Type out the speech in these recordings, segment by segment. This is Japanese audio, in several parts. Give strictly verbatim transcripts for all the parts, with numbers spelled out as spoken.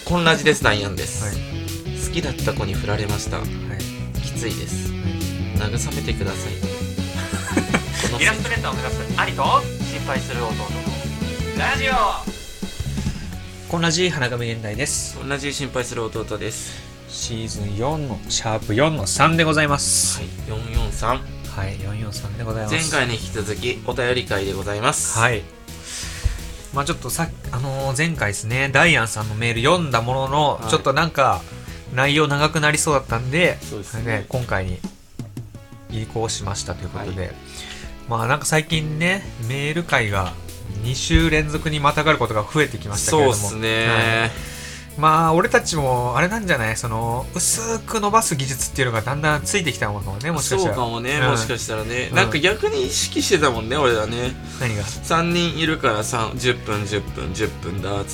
こんなじです。ダイアンです、 はい、 好きだった子に振られました、はい、きついです、はい、慰めてくださいこのイラストレーターを目指す兄と心配する弟のラジオ。こんなじ花神現代です。 こんなじ心配する弟です。 シーズンよんのシャープよんのさんでございます。 はい、よんよんさん、 はい、よんよんさんでございます。 前回に引き続きお便り会でございます。 はい、まあちょっとさ、あのー、前回ですね、ダイアンさんのメール読んだものの、はい、ちょっとなんか内容長くなりそうだったんで、そうですね、ね、今回に移行しましたということで、はい、まあなんか最近ね、メール会がに週連続にまたがることが増えてきましたけれども、 そうですね、 はい、まあ俺たちもあれなんじゃない、その薄く伸ばす技術っていうのがだんだんついてきたのかもね、もしかしたら。 そうかもね、 うん、 もしかしたらね、うん、なんか逆に意識してたもんね、俺らね。 何がさんにんいるからじゅっぷんじゅっぷんじゅっぷんだーっつって、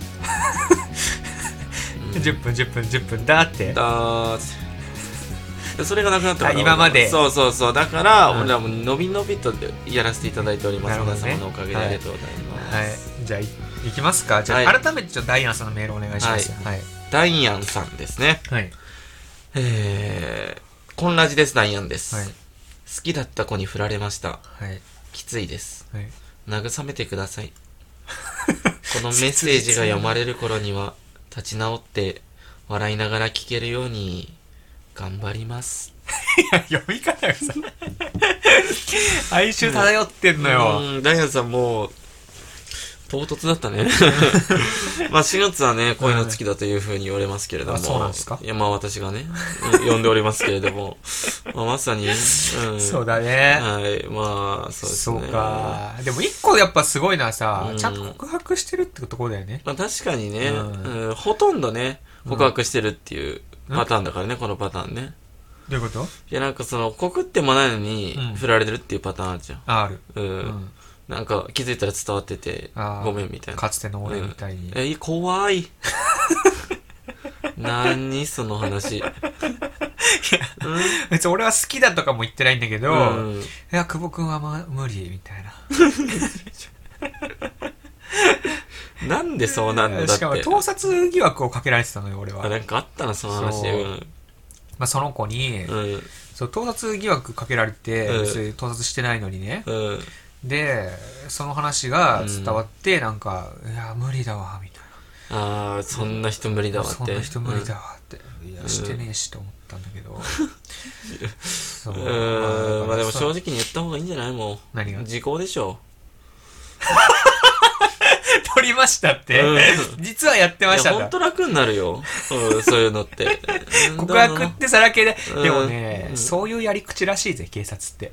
うん、じゅっぷんじゅっぷんじゅっぷんだってだーっつってそれがなくなったから今まで。 そうそうそう、だから、うん、俺らものびのびとやらせていただいております。皆様のおかげでありがとうございます。 はい、はい、じゃあ い, いきますか。じゃあ、はい、改めてちょっとダイアンさんのメールお願いします。 はいはい、ダイアンさんですね。 はい、 えー、こんなじです。ダイアンです、はい、好きだった子に振られました、はい、きついです、はい、慰めてくださいこのメッセージが読まれる頃には立ち直って笑いながら聞けるように頑張りますいや、読み方がさ哀愁漂ってんのよ。 うん、ダイアンさんもう唐突だったねまあしがつはね、恋の月だというふうに言われますけれども、 あ、そうなんですか。 いや、まあ私がね呼んでおりますけれどもまあまさに、うん、 そうだね。 はい、まあそうですね。 そうか。でも一個やっぱすごいのはさ、うん、ちゃんと告白してるってところだよね。 まあ確かにね、うんうん、ほとんどね告白してるっていうパターンだからね、うん、このパターンね。 どういうこと？ いや、なんかその告ってもないのに振られてるっていうパターンあるじゃん。 ある。 うん。うん、なんか気づいたら伝わっててごめんみたいな。 かつての俺みたいに。 うん、え、怖い。何その話。いや、 うん、別に俺は好きだとかも言ってないんだけど、うん、いや、久保くんは、ま、無理みたいな。なんでそうなんだって。 しかも盗撮疑惑をかけられてたのよ、俺は。 あ、なんかあったな、その話。うん、 まあ、その子に、うん、そう盗撮疑惑かけられて、うん、別に盗撮してないのにね、うん、でその話が伝わって、うん、なんかいや無理だわみたいな、ああそんな人無理だわって、 そんな人無理だわって、うん、いやしてねえしと思ったんだけど、 そう、うん、まあでも正直に言った方がいいんじゃない？もう何が時効でしょ取りましたって、うん、実はやってましたんだ。 ほんと楽になるよ、うん、そういうのって告白ってさらけで、うん、でもね、うん、そういうやり口らしいぜ警察って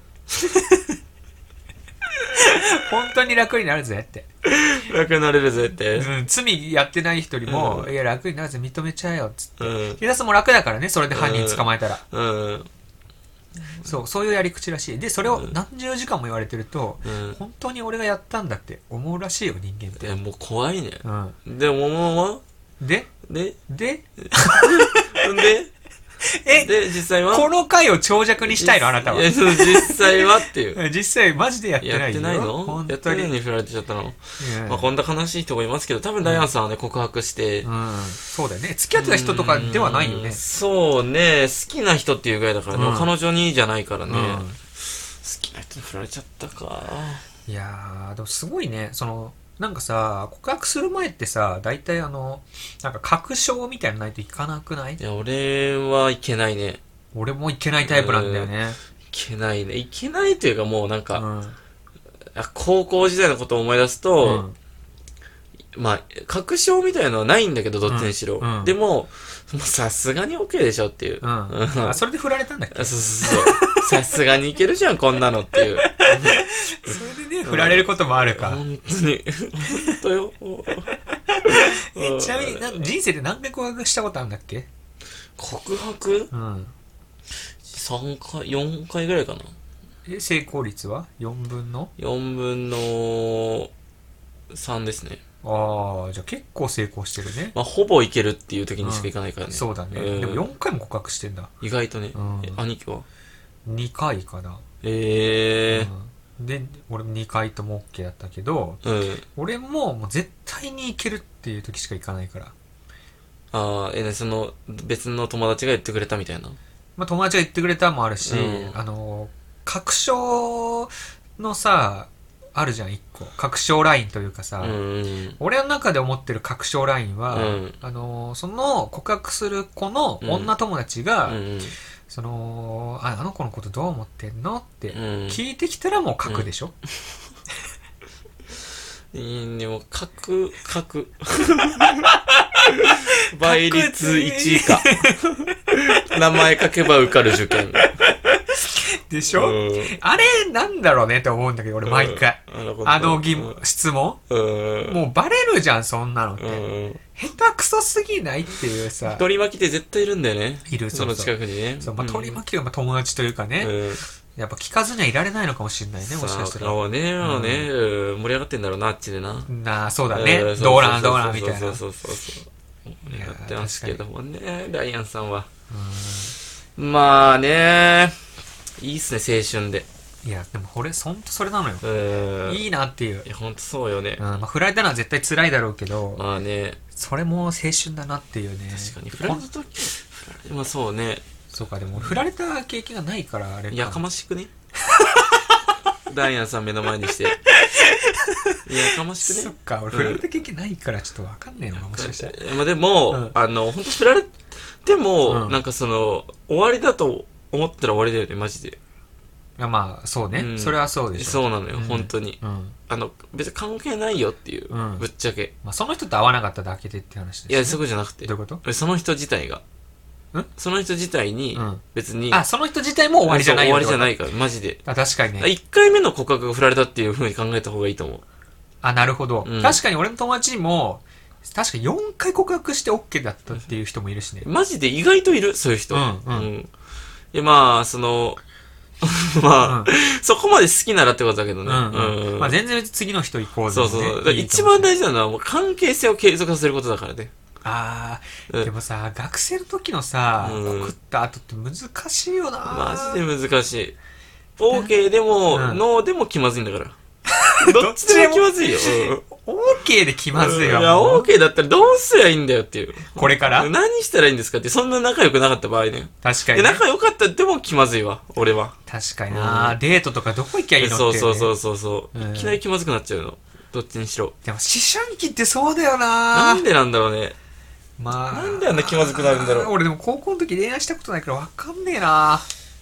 本当に楽になるぜって楽になれるぜって、 うん、罪やってない人にも、うん、いや楽になるぜ認めちゃえよっつって、うん、警察も楽だからね、それで犯人捕まえたら、うんうん、そうそういうやり口らしい。でそれを何十時間も言われてると、うん、本当に俺がやったんだって思うらしいよ人間って。 もう怖いね、うん、でももうででででえで実際はこの回を長尺にしたいのあなたは。 いや実際はっていう実際マジでやってないよ。 やってないの？やってないのに振られてちゃったの。まあこんな悲しい人もいますけど、多分ダイアンさんはね、うん、告白して、 うん、そうだよね、付き合ってた人とかではないよね。 そうね、好きな人っていうぐらいだからね、うん、彼女にじゃないからね、うん、好きな人に振られちゃったか。 いやーでもすごいね、そのなんかさ、告白する前ってさ、大体あのなんか確証みたいなのないといかなくない？ いや俺はいけないね。 俺もいけないタイプなんだよね。 いけないね。いけないというかもうなんか、うん、高校時代のことを思い出すと、うん、まあ確証みたいなのはないんだけど、どっちにしろ、うんうん、でもさすがに OK でしょっていう、うん、 あそれで振られたんだっけ？ そうそうそうさすがにいけるじゃんこんなのっていうそれでね振られることもあるか。 本当に本当よえちなみにな人生で何回告白したことあるんだっけ？ 告白、うん、さんかいよんかいぐらいかな。 え成功率はよんぶんのよんぶんのさんですね。 ああじゃあ結構成功してるね。 まあほぼいけるっていう時にしかいかないからね、 うん、そうだね、うん、でもよんかいも告白してんだ意外とね、うん、兄貴はにかいかな。 ええーうん、で俺もにかいとも OK だったけど、うん、俺ももう絶対にいけるっていう時しか行かないから。 ああ、え、その、別の友達が言ってくれたみたいな。 まあ友達が言ってくれたもあるし、うん、あの、確証のさ、あるじゃん、一個。確証ラインというかさ、うんうん、俺の中で思ってる確証ラインは、うん、あの、その告白する子の女友達が、うんうん、そのあ、あの子のことどう思ってんのって聞いてきたらもう書くでしょ、 うん、いいね、もう書く、書く。倍率いち以下。名前書けば受かる受験。 でしょ、うん、あれなんだろうねって思うんだけど俺毎回、うん、あの疑問、うん、質問、うん、もうバレるじゃんそんなのって、うん、下手くそすぎないっていうさ。 取り巻きって絶対いるんだよね。 いる、 その近くにね。 そう、まあ、取り巻きがまあ友達というかね、うん、やっぱ聞かずにはいられないのかもしれないね、もしかしたら。 そうね、うん、ね、盛り上がってんだろうなあっちでな。 なあ、そうだね、うん、どうなんどうなんみたいな。 そうそうそうそう盛り上がってますけどもね、ダイアンさんは。うん、まあね、いいっすね、青春で。 いや、でもこれ、ほんとそれなのよ。いいなっていう。 いや、ほんとそうよね。 うん、まあ、振られたのは絶対辛いだろうけど、 まあね。 それも青春だなっていうね。 確かに。振られた時、振られ、まあそうね。 そうか、でも、振られた経験がないから、あれか。 やかましくね。ダイアンさん目の前にして。やかましくね。 そっか、俺振られた経験ないからちょっとわかんねえのかもしかしたら。 まあでも、うん、あの、ほんと振られても、うん、なんかその、終わりだと思ったら終わりだよね、マジで。 まあそうね、うん、それはそうでしょ。 そうなのよ、うん、本当に、うん、あの別に関係ないよっていう、うん、ぶっちゃけ、 まあ、その人と会わなかっただけでって話です、ね、 いやそういうことじゃなくて。 どういうこと？ その人自体がんその人自体に別に、 うん、あその人自体も終わりじゃないよ。終わりじゃないからマジで。 あ確かにね。 いっかいめの告白が振られたっていう風に考えた方がいいと思う。 あなるほど、うん、確かに俺の友達にも確かよんかい告白して OK だったっていう人もいるしね。 マジで意外といるそういう人。うんうん、うん、いやまあそのまあ、うん、そこまで好きならってことだけどね。うんうんうん、まあ全然次の人行こうぜ、 ね。そうそう。いい一番大事なのはもう関係性を継続させることだからね。 ああ、うん、でもさ、学生の時のさ、うん、告った後って難しいよな。 マジで難しい。OK でも、うん、ノーでも気まずいんだから。どっちでも気まずいよ。 うん、OK で気まずいよ。 いや、OK だったらどうすりゃいいんだよっていう。 これから何したらいいんですかって、そんな仲良くなかった場合ね。 確かに、ね。 仲良かったっても気まずいわ、俺は。 確かにな、うん、デートとかどこ行きゃいいのって、ね。 そうそうそうそう、うん。いきなり気まずくなっちゃうの。どっちにしろ。 でも思春期ってそうだよな。 なんでなんだろうね。まあ。なんであんな気まずくなるんだろう。 俺でも高校の時恋愛したことないからわかんねえな。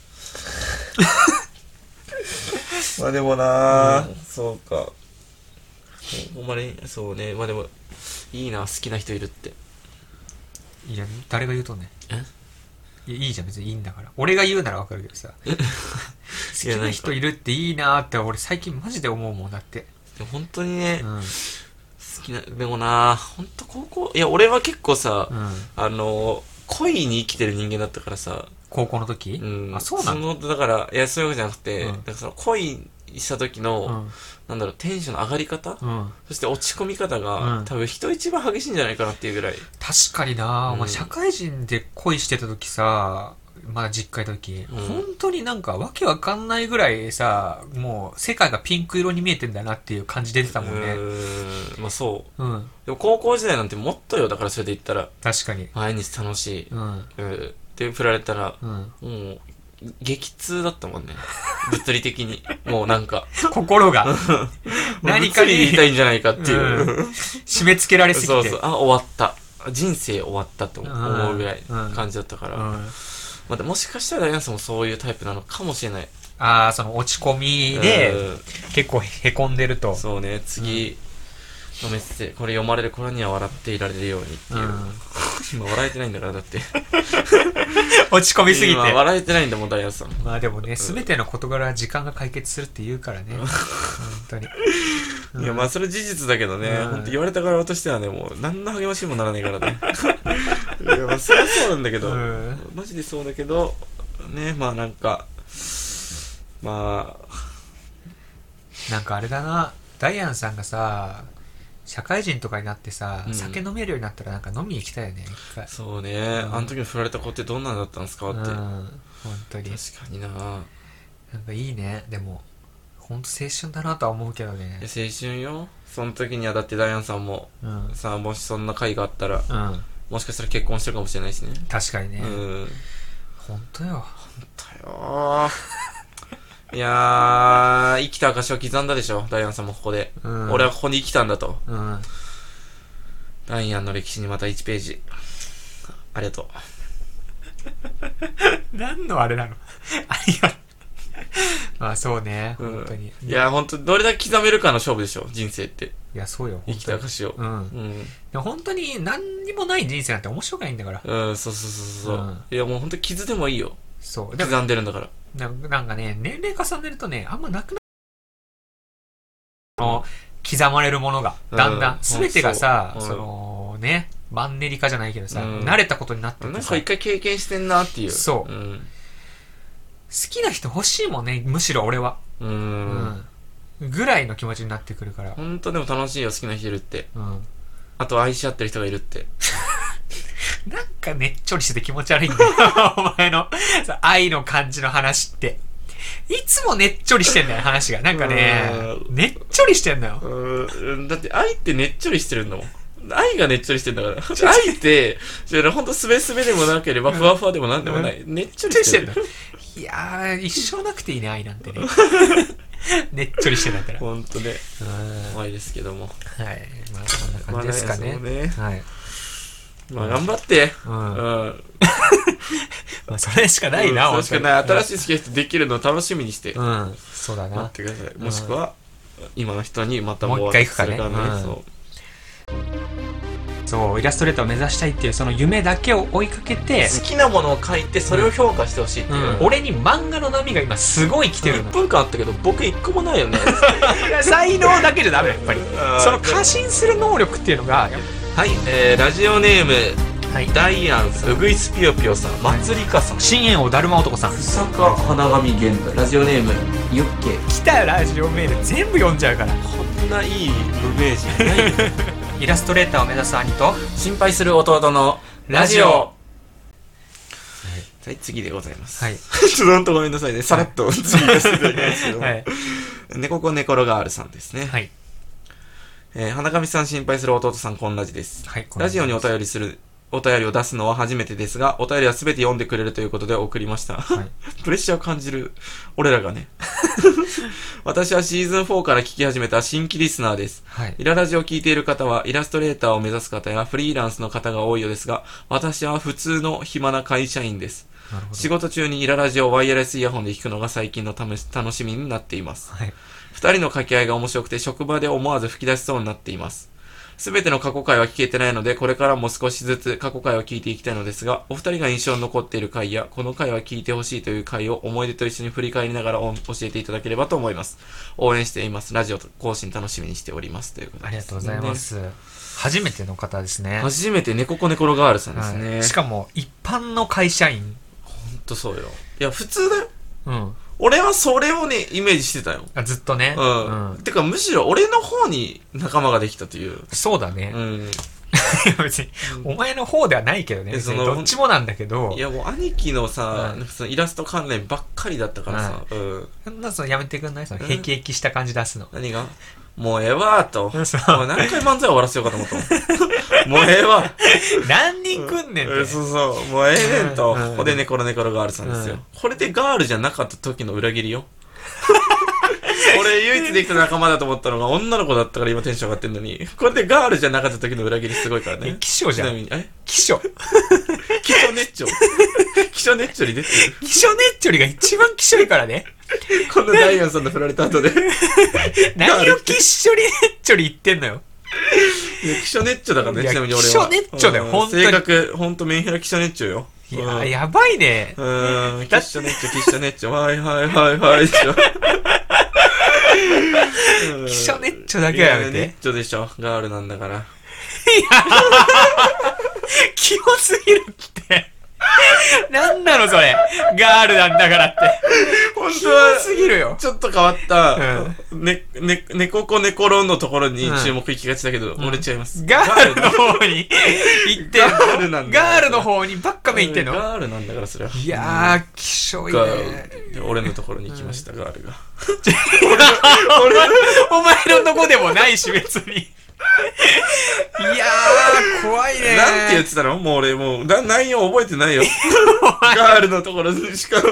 まあでもな、うん、そうか。ほんまにそうね。まあでもいいな、好きな人いるって。 いや誰が言うとんねん。えいやいいじゃん別にいいんだから。俺が言うならわかるけどさ。好きな人いるっていいなって俺最近マジで思うもんだって。 でも本当にね、うん、好きなでもな本当高校いや俺は結構さ、うん、あの恋に生きてる人間だったからさ。 高校の時？うん。あそうなの？ そのだからいやそういうわけじゃなくて、うん、だからその恋した時の、うん、なんだろうテンションの上がり方、うん、そして落ち込み方が、うん、多分人一番激しいんじゃないかなっていうぐらい。 確かにな、うん、お前社会人で恋してた時さまだ実家いた時、うん、本当になんかわけわかんないぐらいさもう世界がピンク色に見えてんだなっていう感じ出てたもんね。うーんまあそう、うん、でも高校時代なんてもっとよ。だからそれで言ったら確かに毎日楽しい、うんうん、って振られたら、うん、もう激痛だったもんね。物理的に。もうなんか。 心が。 何かに言いたいんじゃないかっていう。うん、 締め付けられすぎて。 そうそう。あ、終わった。人生終わったって思うぐらい感じだったから。うんうん、まあ、もしかしたらダイアンさんもそういうタイプなのかもしれない。 ああ、その落ち込みで、結構へこんでると。 そうね、次のメッセージ、これ読まれる頃には笑っていられるようにっていう。うん、今笑えてないんだからだって。 落ち込みすぎて。 今笑えてないんだもん、ダイアンさん。 まあでもね、すべての事柄は時間が解決するって言うからね。本当に。 うん、いや、まあそれ事実だけどね、うん、本当言われた側としてはね、もう何の励ましにもならないからね。いや、まあそれはそうなんだけど、うん、マジでそうだけど、ね、まあなんか、まあ。 なんかあれだな、ダイアンさんがさ、社会人とかになってさ、うん、酒飲めるようになったらなんか飲みに行きたいよね一回。 そうね、うん、あの時に振られた子ってどんなんだったんですかって、うん、 本当に確かにな。なんかいいね。でも本当青春だなとは思うけどね。 青春よ。その時にはだってダイアンさんも、うん、さあもしそんな会があったら、うん、 もしかしたら結婚してるかもしれないしね。 確かにね。うん。ほんとよ。 ほんとよ。いやー、生きた証を刻んだでしょ、ダイアンさんもここで。うん、俺はここに生きたんだと。うん、ダイアンの歴史にまたいちページ。ありがとう。何のあれなのありがとう。まあそうね、うん、本当に。 いや、本当どれだけ刻めるかの勝負でしょ、人生って。 いや、そうよ。 生きた証を。うん。うん、 いや本当に何にもない人生なんて面白くないんだから。 うん、そうそうそうそう。うん、いや、もう本当に傷でもいいよ。そう。刻んでるんだから。 なんかね、年齢重ねるとね、あんまなくなる。の刻まれるものが、だんだん、すべてがさ、そのね、マンネリ化じゃないけどさ、慣れたことになってる。 なんか一回経験してんなっていう。 そう。好きな人欲しいもんね、むしろ俺は。うん。ぐらいの気持ちになってくるから。 ほんとでも楽しいよ、好きな人いるって。うん。あと愛し合ってる人がいるって。 なんかねっちょりしてて気持ち悪いんだよ。お前の愛の感じの話って。いつもねっちょりしてんだよ、話が。なんかね、ねっちょりしてんだよ。 うん。だって愛ってねっちょりしてるんだもん。愛がねっちょりしてんだから。愛って、ほんとすべすべでもなければ、ふわふわでもなんでもない。ねっちょりしてる。 いやー、一生なくていいね、愛なんてね。ねっちょりしてんだったら。 ほんとね。怖いですけども。 はい。まあ、そんな感じですかね。はい。 まあ、頑張って。うん。 まあ、それしかないな、 それしかない。新しい好きな人できるのを楽しみにして。 うん。そうだな。 待ってください。もしくは、今の人にまたもう一回行くかね。そう。そう、イラストレーターを目指したいっていうその夢だけを追いかけて、 好きなものを書いてそれを評価してほしいっていう、 うん、俺に漫画の波が今すごい来てるの。 いっぷんかんあったけど僕いっこもないよね。 才能だけじゃダメ、やっぱりその過信する能力っていうのが。 はい、えー、ラジオネーム、はい、ダイアンさん、うぐいすぴよぴよさん、松里香さん、 新縁王だるま男さん、 草加花神玄太、ラジオネームユッケ。 来たよ、ラジオメール全部読んじゃうから。 こんないい無名人ないよ。 イラストレーターを目指す兄と心配する弟のラジオ。はい、次でございます。はい。ちょっとほんとごめんなさいね。さらっと次行かせていただきますけど。はい。猫子猫ロガールさんですね。はい。えー、花神さん心配する弟さん、こんラジです。はい。ラジオにお便りする、お便りを出すのは初めてですが、お便りはすべて読んでくれるということで送りました。はい、プレッシャーを感じる、俺らがね。私はシーズンフォーから聞き始めた新規リスナーです。はい、イララジを聞いている方は、イラストレーターを目指す方やフリーランスの方が多いようですが、私は普通の暇な会社員です。仕事中にイララジをワイヤレスイヤホンで聞くのが最近の楽しみになっています。はい、二人の掛け合いが面白くて職場で思わず吹き出しそうになっています。すべての過去回は聞けてないので、これからも少しずつ過去回を聞いていきたいのですが、お二人が印象に残っている回や、この回は聞いてほしいという回を思い出と一緒に振り返りながら教えていただければと思います。応援しています。ラジオ更新楽しみにしております。ということです、ね。 ありがとうございます。初めての方ですね。 初めて猫子猫ロガールさんですね。はい、 しかも、一般の会社員。 ほんとそうよ。いや、普通だよ。うん。俺はそれをね、イメージしてたよ。 あ、ずっとね。 うん。うん、てか、むしろ俺の方に仲間ができたという。 そうだね。うん。別に、うん、お前の方ではないけどね。そのどっちもなんだけど。 いや、もう兄貴のさ、うん、そのイラスト関連ばっかりだったからさ。うん。 そんな、そのやめてくんないその、へきへきした感じ出すの。 うん、何がもうええわーと。もう何回漫才終わらせようかと思ったもん。もうええわ。 何人来んねんって、 うん。そうそう。もうええねんと。うん、ここでネコロネコロガールさんですよ、うん。これでガールじゃなかった時の裏切りよ。俺唯一できた仲間だと思ったのが女の子だったから今テンション上がってんのに、これでガールじゃなかった時の裏切りすごいからね。 気象じゃん。ちなみに、え気象。 気象熱調。気象熱調に出てる。 気象熱調が一番気象いからね。 このダイアンさんの振られた後で。 何を気象熱調言ってんのよ。 いや、気象熱調だからね、ちなみに俺は。 気象熱調だよ、ほんとに。 性格、ほんとメンヘラ気象熱調よ。 いやー、やばいね。 うん、気象熱調、気象熱調。はいはいはいはい。 気象熱調だけはやめて。 熱調でしょ。ガールなんだから。いやキモすぎるって。なんなのそれ。ガールなんだからって。 本当はすぎるよ。 ちょっと変わった、うん、ね、ね、猫子猫ロンのところに注目行きがちだけど、うん、俺違います。 ガールの方に行ってんの。 ガールなんだ。 ガールの方にばっか目行ってんの。 ガールなんだからそれは。 いやー、きしょいね。 俺のところに行きました、うん、ガールが。 お前のとこでもないし別に。 いやー怖いね。 なんて言ってたの？もう俺もうな内容覚えてないよ。ガールのところしかも。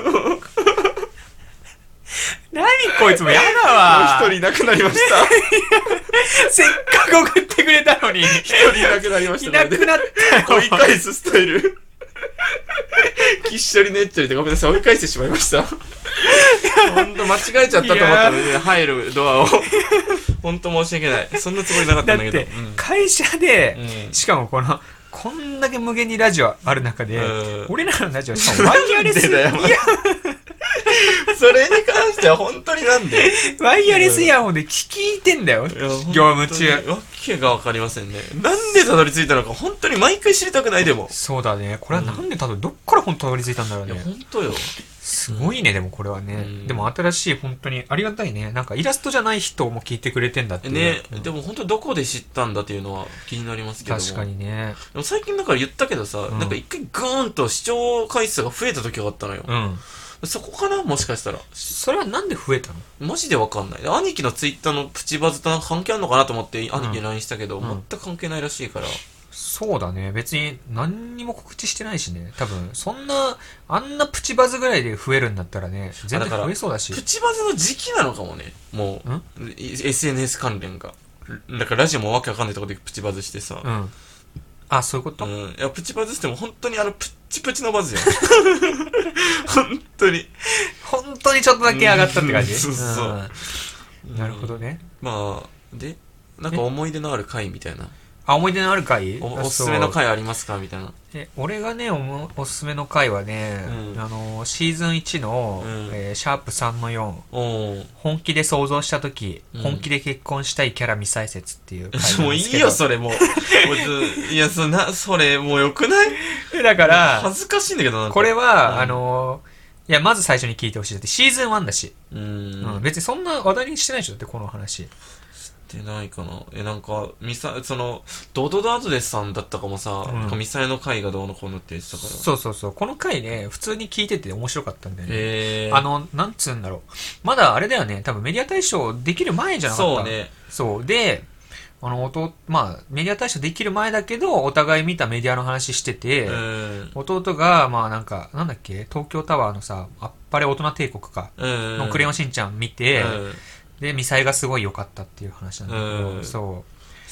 何こいつもやだわ。 一人いなくなりました。 せっかく送ってくれたのに一人いなくなりました。 いなくなったよ。 追い返すスタイル。きっしょりねっちょりでごめんなさい、追い返してしまいました。ほんと間違えちゃったと思ったので、ね、入るドアを。ほんと申し訳ない。そんなつもりなかったんだけど。 だって会社で、うん、しかもこのこんだけ無限にラジオある中で、うん、俺らのラジオしかもワイヤレスイヤホン。 それに関しては本当になんでワイヤレスイヤホンで聞いてんだよ、業務中。 わけが分かりませんね。なんでたどり着いたのか本当に毎回知りたくない。でもそうだね、これはなんでたどり、うん、どっから本当たどり着いたんだろうね。 いや本当よ、 すごいね。でもこれはね、うん、でも新しい、本当にありがたいね。なんかイラストじゃない人も聞いてくれてんだってね、 うん、 でも本当どこで知ったんだっていうのは気になりますけども。 確かにね。 でも最近だから言ったけどさ、うん、なんか一回グーンと視聴回数が増えた時があったのよ、うん、そこかな、もしかしたら。 それはなんで増えたの？ マジでわかんない。兄貴のツイッターのプチバズと関係あるのかなと思って兄貴に ライン したけど、うん、全く関係ないらしいから。 そうだね。別に何にも告知してないしね。多分そんなあんなプチバズぐらいで増えるんだったらね、全然増えそうだし。 プチバズの時期なのかもね。もう エスエヌエス 関連が。だからラジオもわけわかんないところでプチバズしてさ。うん。 あ、そういうこと？ うん。いや、プチバズしても本当にあのプッチプチのバズよ。本当に。 本当にちょっとだけ上がったって感じ？ そうそう、 うん。なるほどね。 まあ、で、なんか思い出のある回みたいな。 あ、思い出のある回？ お, おすすめの回ありますかみたいな。 え、俺がね お, おすすめの回はね、うん、あのシーズンいちの、うんえー、シャープさんのよん、本気で想像したとき、うん、本気で結婚したいキャラ未再説っていう回なんですけど。 もういいよそれもう。いやそなそれもうよくない？ だから恥ずかしいんだけどなんかこれは、うん、あのいやまず最初に聞いてほしい。だってシーズンワンだし、うん、うん、別にそんな話題にしてないでしょ。だってこの話ってないかな。え、なんか、ミサ、その、ドドドアドレスさんだったかもさ、うん、なんかミサイの回がどうのこうのって言ってたから。 そうそうそう。この回ね、普通に聞いてて面白かったんだよね。へー。あの、なんつうんだろう。まだあれだよね、多分メディア大賞できる前じゃなかった。 そうね。 そう。で、あの、弟、まあ、メディア大賞できる前だけど、お互い見たメディアの話してて、弟が、まあなんか、なんだっけ、東京タワーのさ、あっぱれ大人帝国か、のクレヨンしんちゃん見て、で、ミサイがすごい良かったっていう話なんだけど、そう。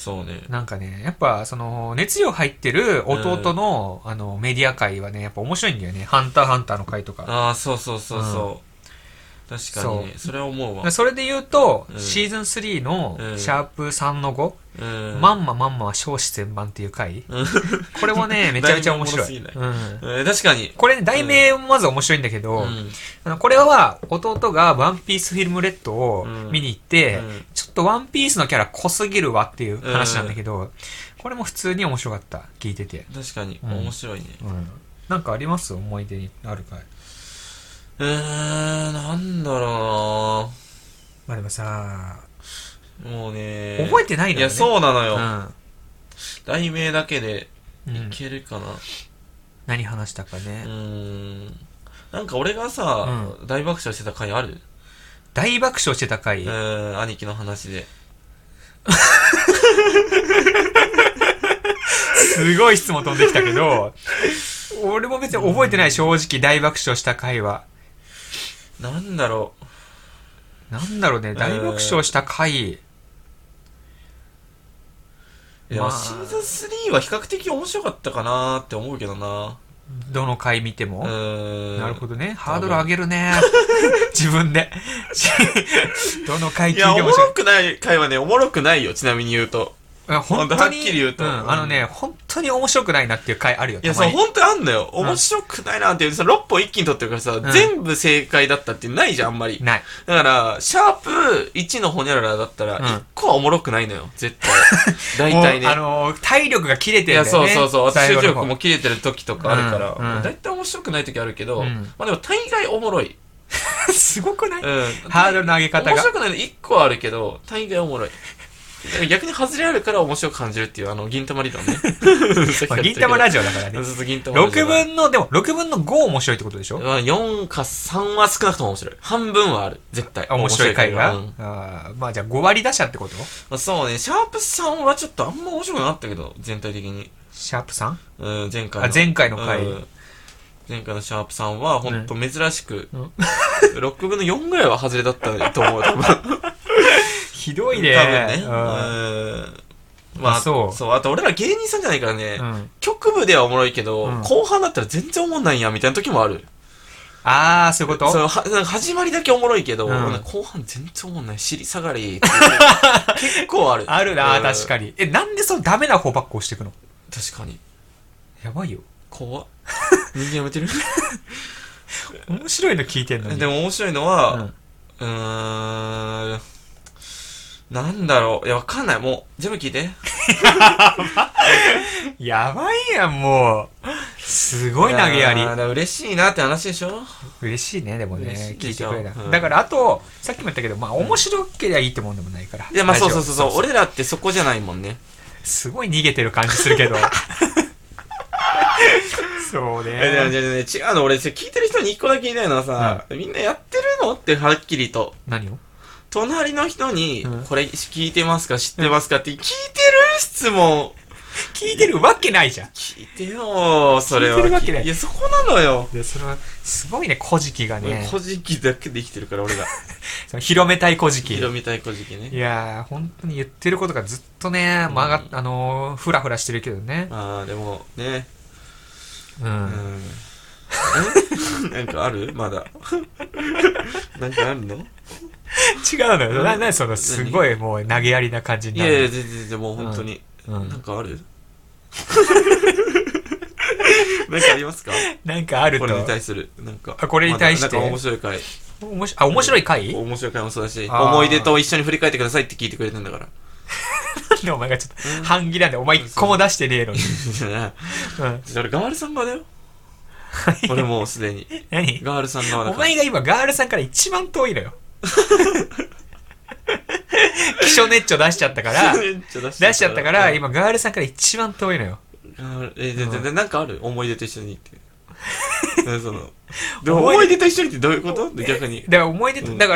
そうね。 なんかね、やっぱ、その、熱量入ってる弟の、あの、メディア界はね、やっぱ面白いんだよね。ハンターハンターの回とか。 ああ、そうそうそうそう。うん確かにね、それは思うわ。 それで言うと、うん、シーズンスリーのシャープさんのご、うん、まんままんまは少子全般っていう回、うん、これもね、めちゃめちゃ面白い。うんえー、確かに。 これね、題名もまず面白いんだけど、うん、あのこれは弟がワンピースフィルムレッドを見に行って、うん、ちょっとワンピースのキャラ濃すぎるわっていう話なんだけど、うん、これも普通に面白かった、聞いてて。 確かに、面白いね。 うん、なんかあります？思い出にある回。 えー、なんだろうな。 まあでもさ、 もうね、 覚えてないのよね。 いや、そうなのよ。うん、題名だけでいけるかな。うん、 何話したかね。 うーん。なんか俺がさ、うん、大爆笑してた回ある？ 大爆笑してた回？ うん、兄貴の話で。 すごい質問飛んできたけど、俺も別に覚えてない、正直大爆笑した回は。 なんだろうなんだろうね、大爆笑した回。 いや、まあ、シーズンスリーは比較的面白かったかなって思うけどな。 どの回見ても。なるほどね。ハードル上げるね。自分で。どの回聞いても。 いや、おもろくない回はね、おもろくないよ、ちなみに言うと。 本当にはっきり言うと、 うん、あのね、本当に面白くないなっていう回あるよ。 いや、そう、本当にあんのよ。面白くないなっていう、さ、ろっぽん一気に取ってるからさ、うん、全部正解だったってないじゃん、あんまり。 ない。 だから、シャープいちのホニャララだったら、いっこはおもろくないのよ、絶対。大体ね。 あのー、体力が切れてるんだよね。 いや、そうそうそう。集中力も切れてる時とかあるから、うんうん、大体面白くない時あるけど、うん、まあでも大概おもろい。 すごくない、うん、ハードルの上げ方が。 面白くないのいっこはあるけど、大概おもろい。 逆に外れあるから面白く感じるっていう、あの、銀玉理論ね。 まあ、銀玉ラジオだからね。ろくぶんの、でも、ろくぶんのご面白いってことでしょ？ よんかさんは少なくとも面白い。半分はある。絶対。 面白い回が、うん、あまあ、じゃあご割打者ってこと？ まあ、そうね。シャープさんはちょっとあんま面白くなかったけど、全体的に。 シャープ さん？ うん、前回の。あ、前回の回。うん、 前回のシャープさんは、ほんと珍しく、うん、ろくぶんのよんぐらいは外れだったと思う、多分。 ひどいね。 多分ね。うん。まあ、そう。そう。あと、俺ら芸人さんじゃないからね、うん、局部ではおもろいけど、うん、後半だったら全然おもんないんや、みたいな時もある。 あー、そういうこと？ そう、は、なんか始まりだけおもろいけど、うん、後半全然おもんない。尻下がり。結構ある。 あるな、うん、確かに。え、なんでそのダメな方ばっか押していくの？ 確かに。 やばいよ。 怖っ。人間やめてる？ 面白いの聞いてんのに。 でも面白いのは、うん、うーん、なんだろう。いや、わかんない。もう、全部聞いて。 やばいやん、もう。すごい投げやり。 だ嬉しいなって話でしょ？ 嬉しいね、でもね。聞いてくれた、うん。だから、あと、さっきも言ったけど、まあ、面白ければいいってもんでもないから。 いや、まあ、そうそうそうそう。俺らってそこじゃないもんね。 すごい逃げてる感じするけど。そうね。 いやいやいや違うの、俺、聞いてる人に一個だけ言いたいのはさ、うん、みんなやってるのってはっきりと。 何を？ 隣の人に、うん、これ聞いてますか知ってますかって聞いてる質問。 聞いてるわけないじゃん。 聞いてよそれは。聞いてるわけない。いや、そこなのよ。 いや、それは、すごいね、古事記がね。 古事記だけで生きてるから、俺が。 広めたい古事記。 広めたい古事記ね。 いやー、本当に言ってることがずっとね、曲が、うん、あのー、ふらふらしてるけどね。 あー、でも、ね。 うん。うんなんかあるまだ。なんかあるの？違うのよ。な、な、その、すごいもう投げやりな感じになる。 いやいや、全然全然もう本当に。うん。なんかある？なんかありますか？ なんかあると。 これに対する。なんか。 あ、これに対して。 なんか面白い回。 おもしあ、面白い回？ 面白い回もそうだし、思い出と一緒に振り返ってくださいって聞いてくれてんだから。 なんでお前がちょっと、半切らでお前一個も出してねえのに。 俺ガールさん側だよ。俺もうすでに。 何？ ガールさん側だから。 お前が今ガールさんから一番遠いのよ。気象熱調出しちゃったから、出しちゃったから、今ガールさんから一番遠いのよ。 え、で、で、なんかある？思い出と一緒にって。その、でも思い出と一緒にってどういうこと？逆に。 だから思い出と、だから、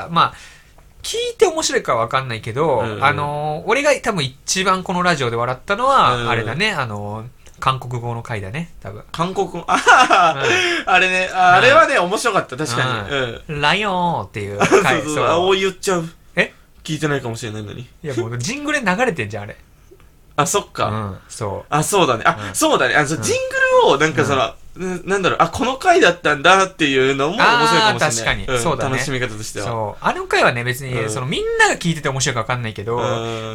まあ、聞いて面白いかわかんないけど、あの、俺が多分一番このラジオで笑ったのは、あれだね、あの、韓国語の回だね、多分。 韓国語ああ、うん、あれねあ、あれはね、面白かった、確かに。うん、ライオンっていう回。 そうそうそう、あ、おい言っちゃう。 え？ 聞いてないかもしれないのに。 いや、もうジングル流れてんじゃん、あれ。 あ、そっか。 うん、そう。 あ、そうだね。あ、うん、そうだね。あ、そう、ジングルを、なんかその、うん、なんだろう、あ、この回だったんだっていうのも面白いかもしれない。 確かに、うん、そうだね。 楽しみ方としては。 そう。あの回はね、別に、うん、そのみんなが聞いてて面白いか分かんないけど、うん、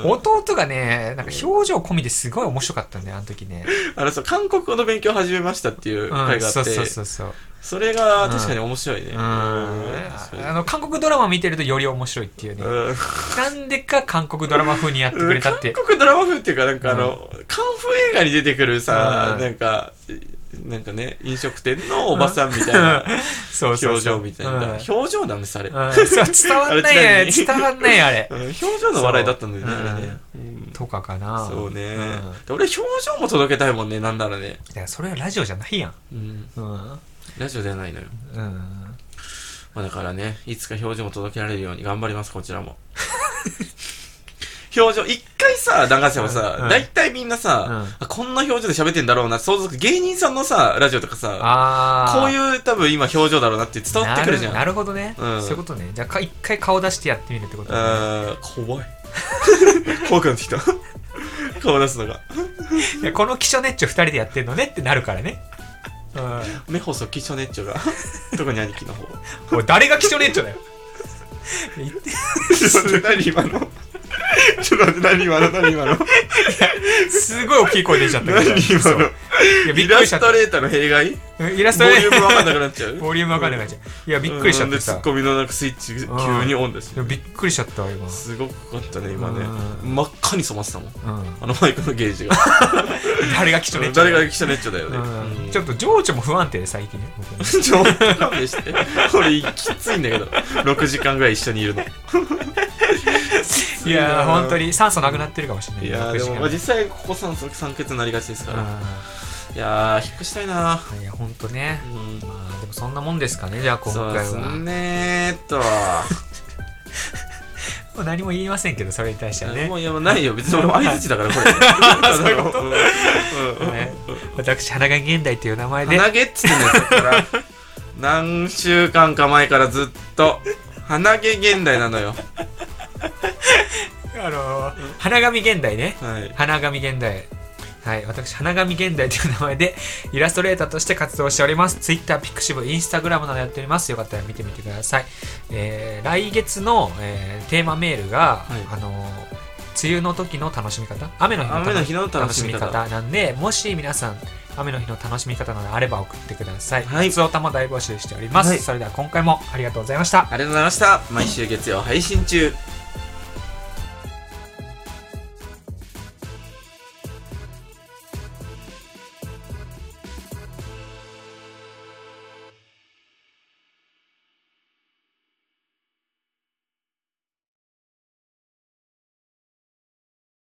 弟がね、なんか表情込みですごい面白かったんだよ、あの時ね。 あの、そう、韓国語の勉強始めましたっていう回があって、うん、そうそうそうそう。それが確かに面白いね。うん。 あの、韓国ドラマ見てるとより面白いっていうね。うん、なんでか韓国ドラマ風にやってくれたって。 韓国ドラマ風っていうか、なんかあの、うん、カンフー映画に出てくるさ、うん、なんか、なんかね、飲食店のおばさんみたいな表情みたいな。表情なんです、あれ。そう、 伝わんないや伝わんないあれ。 表情の笑いだったんだよね、あれね。 とかかな。 そうね。俺、表情も届けたいもんね、なんならね。 いや、それはラジオじゃないやん。うん。 ラジオではないのよ。うん。まあだからね、いつか表情も届けられるように頑張ります、こちらも。表情、一回さ、流せばさ、うん、大体みんなさ、うん、こんな表情で喋ってんだろうな、想像つく芸人さんのさ、ラジオとかさ、こういう多分今表情だろうなって伝わってくるじゃん。 なる、なるほどね、うん。そういうことね。じゃあ一回顔出してやってみるってことね。 あー、怖い。怖くなってきた。顔出すのが。 いや、このキショネッチョ二人でやってんのねってなるからね。 目細キショネッチョが特に兄貴の方。 おい、誰がキショネッチョだよ。 何今の。ちょっと待って、何今の何今の。 すごい大きい声出ちゃったけど。 何今の。イラストレーターの弊害？ イラストレーターボリュームわかんなくなっちゃう。 ボリュームわかんなくなっちゃう。いや、びっくりしちゃってさ。 ツッコミのなんかスイッチ急にオンです。 びっくりしちゃった今。 すごかったね今ね。真っ赤に染まってたもん。あのマイクのゲージが。 誰がキショネッチョ？ 誰がキショネッチョだよね。 ちょっと情緒も不安定で最近。 ちょっと勘弁して。俺きついんだけど。ろくじかんぐらい一緒にいるの。 いやー本当に酸素なくなってるかもしれない。 いやーでも実際ここ酸素酸欠になりがちですから。いやー引っ越したいな。 いや本当ね、うん、まあでもそんなもんですかね。じゃあ今回はそうですねーっともう何も言いませんけど、それに対してはね。 もういやないよ、別に俺も相づちだからこれそういうこと、うんうんね、私花毛現代っていう名前で花毛っつってんですよから何週間か前からずっと花毛現代なのよあのー、花紙現代ね、 はい、 花紙現代、はい、私花紙現代という名前でイラストレーターとして活動しております。 Twitter、ピクシブ、Instagram などやっております。よかったら見てみてください。えー、来月の、えー、テーマメールが、はい、あのー、梅雨の時の楽しみ方、雨の日の楽しみ方なんで、もし皆さん雨の日の楽しみ方などあれば送ってください。はい、普通おたも大募集しております。はい、それでは今回もありがとうございました。 ありがとうございました。毎週月曜配信中。